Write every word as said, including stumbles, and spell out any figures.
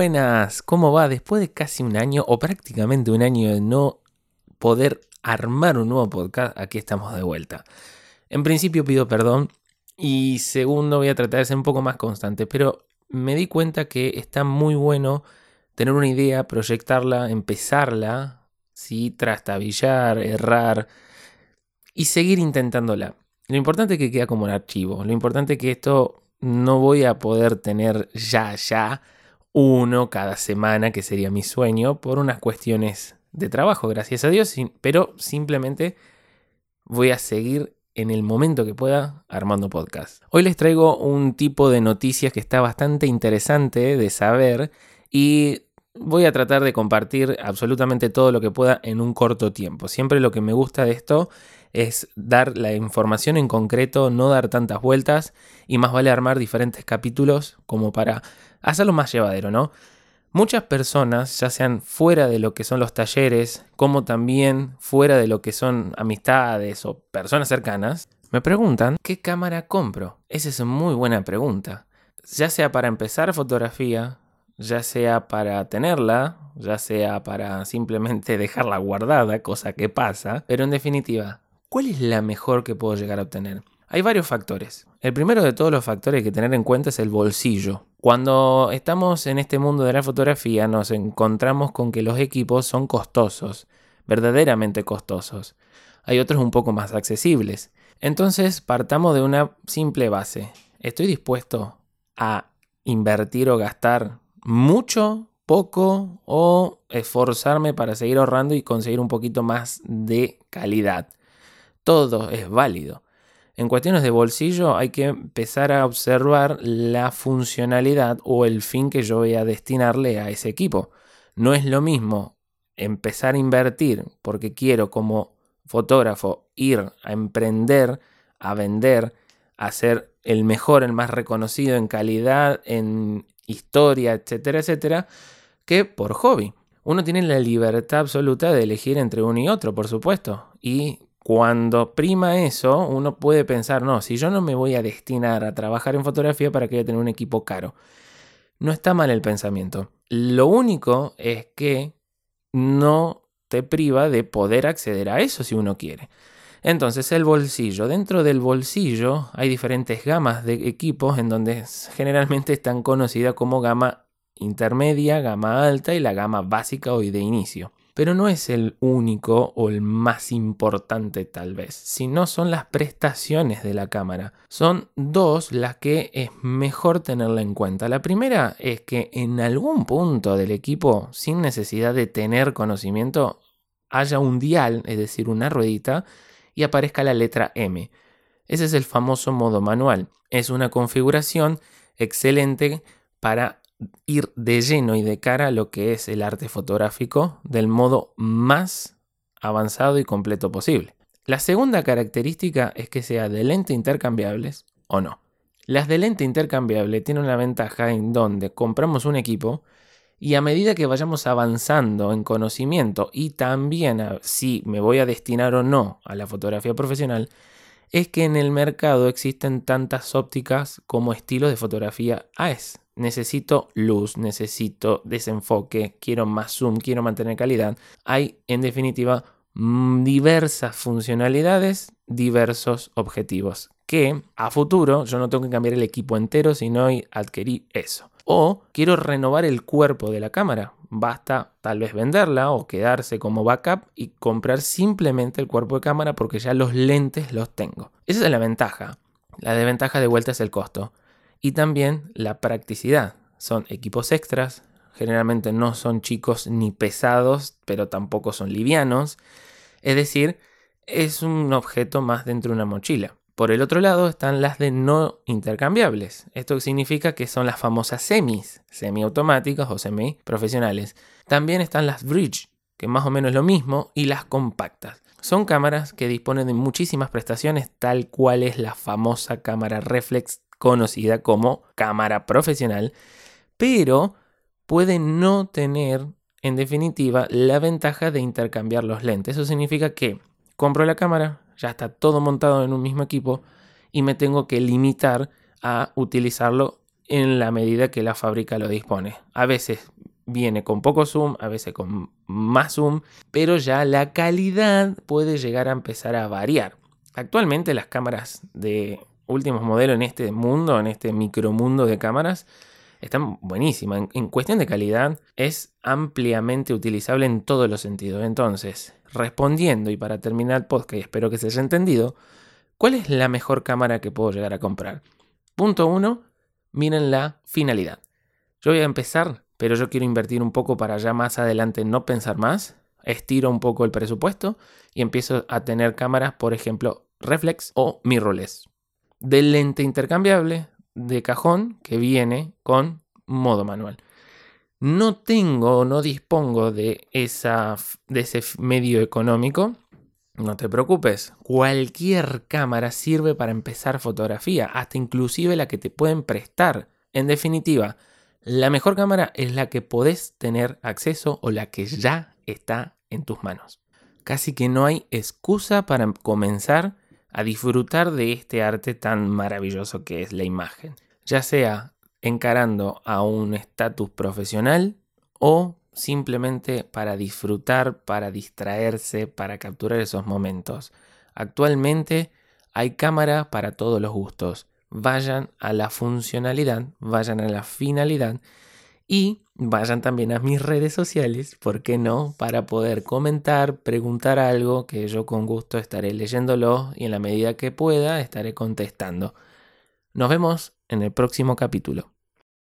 buenas, ¿cómo va? Después de casi un año o prácticamente un año de no poder armar un nuevo podcast, aquí estamos de vuelta. En principio pido perdón y segundo voy a tratar de ser un poco más constante, pero me di cuenta que está muy bueno tener una idea, proyectarla, empezarla, ¿sí? Trastabillar, errar y seguir intentándola. Lo importante es que queda como un archivo, lo importante es que esto no voy a poder tener ya, ya, uno cada semana, que sería mi sueño, por unas cuestiones de trabajo, gracias a Dios, pero simplemente voy a seguir en el momento que pueda armando podcast. Hoy les traigo un tipo de noticias que está bastante interesante de saber y voy a tratar de compartir absolutamente todo lo que pueda en un corto tiempo. Siempre lo que me gusta de esto es dar la información en concreto, no dar tantas vueltas y más vale armar diferentes capítulos como para hacerlo más llevadero, ¿no? Muchas personas, ya sean fuera de lo que son los talleres, como también fuera de lo que son amistades o personas cercanas, me preguntan ¿qué cámara compro? Esa es una muy buena pregunta. Ya sea para empezar fotografía, ya sea para tenerla, ya sea para simplemente dejarla guardada, cosa que pasa, pero en definitiva, ¿cuál es la mejor que puedo llegar a obtener? Hay varios factores. El primero de todos los factores que tener en cuenta es el bolsillo. Cuando estamos en este mundo de la fotografía nos encontramos con que los equipos son costosos, verdaderamente costosos. Hay otros un poco más accesibles. Entonces partamos de una simple base. ¿Estoy dispuesto a invertir o gastar mucho, poco o esforzarme para seguir ahorrando y conseguir un poquito más de calidad? Todo es válido. En cuestiones de bolsillo hay que empezar a observar la funcionalidad o el fin que yo voy a destinarle a ese equipo. No es lo mismo empezar a invertir porque quiero como fotógrafo ir a emprender, a vender, a ser el mejor, el más reconocido en calidad, en historia, etcétera, etcétera, que por hobby. Uno tiene la libertad absoluta de elegir entre uno y otro, por supuesto, y cuando prima eso, uno puede pensar, no, si yo no me voy a destinar a trabajar en fotografía, ¿para qué voy a tener un equipo caro? No está mal el pensamiento. Lo único es que no te priva de poder acceder a eso si uno quiere. Entonces, el bolsillo. Dentro del bolsillo hay diferentes gamas de equipos en donde generalmente están conocidas como gama intermedia, gama alta y la gama básica o de inicio. Pero no es el único o el más importante tal vez, sino son las prestaciones de la cámara. Son dos las que es mejor tenerla en cuenta. La primera es que en algún punto del equipo, sin necesidad de tener conocimiento, haya un dial, es decir, una ruedita, y aparezca la letra M. Ese es el famoso modo manual. Es una configuración excelente para ir de lleno y de cara a lo que es el arte fotográfico del modo más avanzado y completo posible. La segunda característica es que sea de lente intercambiables o no. Las de lente intercambiable tienen una ventaja en donde compramos un equipo y a medida que vayamos avanzando en conocimiento y también a si me voy a destinar o no a la fotografía profesional, es que en el mercado existen tantas ópticas como estilos de fotografía A E S. Necesito luz, necesito desenfoque, quiero más zoom, quiero mantener calidad. Hay, en definitiva, diversas funcionalidades, diversos objetivos. Que a futuro yo no tengo que cambiar el equipo entero, sino adquirir eso. O quiero renovar el cuerpo de la cámara. Basta tal vez venderla o quedarse como backup y comprar simplemente el cuerpo de cámara porque ya los lentes los tengo. Esa es la ventaja. La desventaja de vuelta es el costo. Y también la practicidad. Son equipos extras, generalmente no son chicos ni pesados, pero tampoco son livianos. Es decir, es un objeto más dentro de una mochila. Por el otro lado están las de no intercambiables. Esto significa que son las famosas semis, semiautomáticas o semiprofesionales. También están las bridge, que más o menos es lo mismo, y las compactas. Son cámaras que disponen de muchísimas prestaciones, tal cual es la famosa cámara reflex conocida como cámara profesional, pero puede no tener, en definitiva, la ventaja de intercambiar los lentes. Eso significa que compro la cámara, ya está todo montado en un mismo equipo y me tengo que limitar a utilizarlo en la medida que la fábrica lo dispone. A veces viene con poco zoom, a veces con más zoom, pero ya la calidad puede llegar a empezar a variar. Actualmente las cámaras de últimos modelos en este mundo, en este micromundo de cámaras, están buenísimas. En, en cuestión de calidad es ampliamente utilizable en todos los sentidos. Entonces, respondiendo y para terminar el podcast, y espero que se haya entendido, ¿cuál es la mejor cámara que puedo llegar a comprar? Punto uno, miren la finalidad. Yo voy a empezar, pero yo quiero invertir un poco para ya más adelante no pensar más. Estiro un poco el presupuesto y empiezo a tener cámaras, por ejemplo, reflex o mirrorless. De lente intercambiable, de cajón, que viene con modo manual. No tengo, no dispongo de, esa, de ese medio económico. No te preocupes, cualquier cámara sirve para empezar fotografía, hasta inclusive la que te pueden prestar. En definitiva, la mejor cámara es la que podés tener acceso o la que ya está en tus manos. Casi que no hay excusa para comenzar a disfrutar de este arte tan maravilloso que es la imagen, ya sea encarando a un estatus profesional o simplemente para disfrutar, para distraerse, para capturar esos momentos. Actualmente hay cámara para todos los gustos. Vayan a la funcionalidad, vayan a la finalidad y vayan también a mis redes sociales, ¿por qué no? Para poder comentar, preguntar algo que yo con gusto estaré leyéndolo y en la medida que pueda estaré contestando. Nos vemos en el próximo capítulo.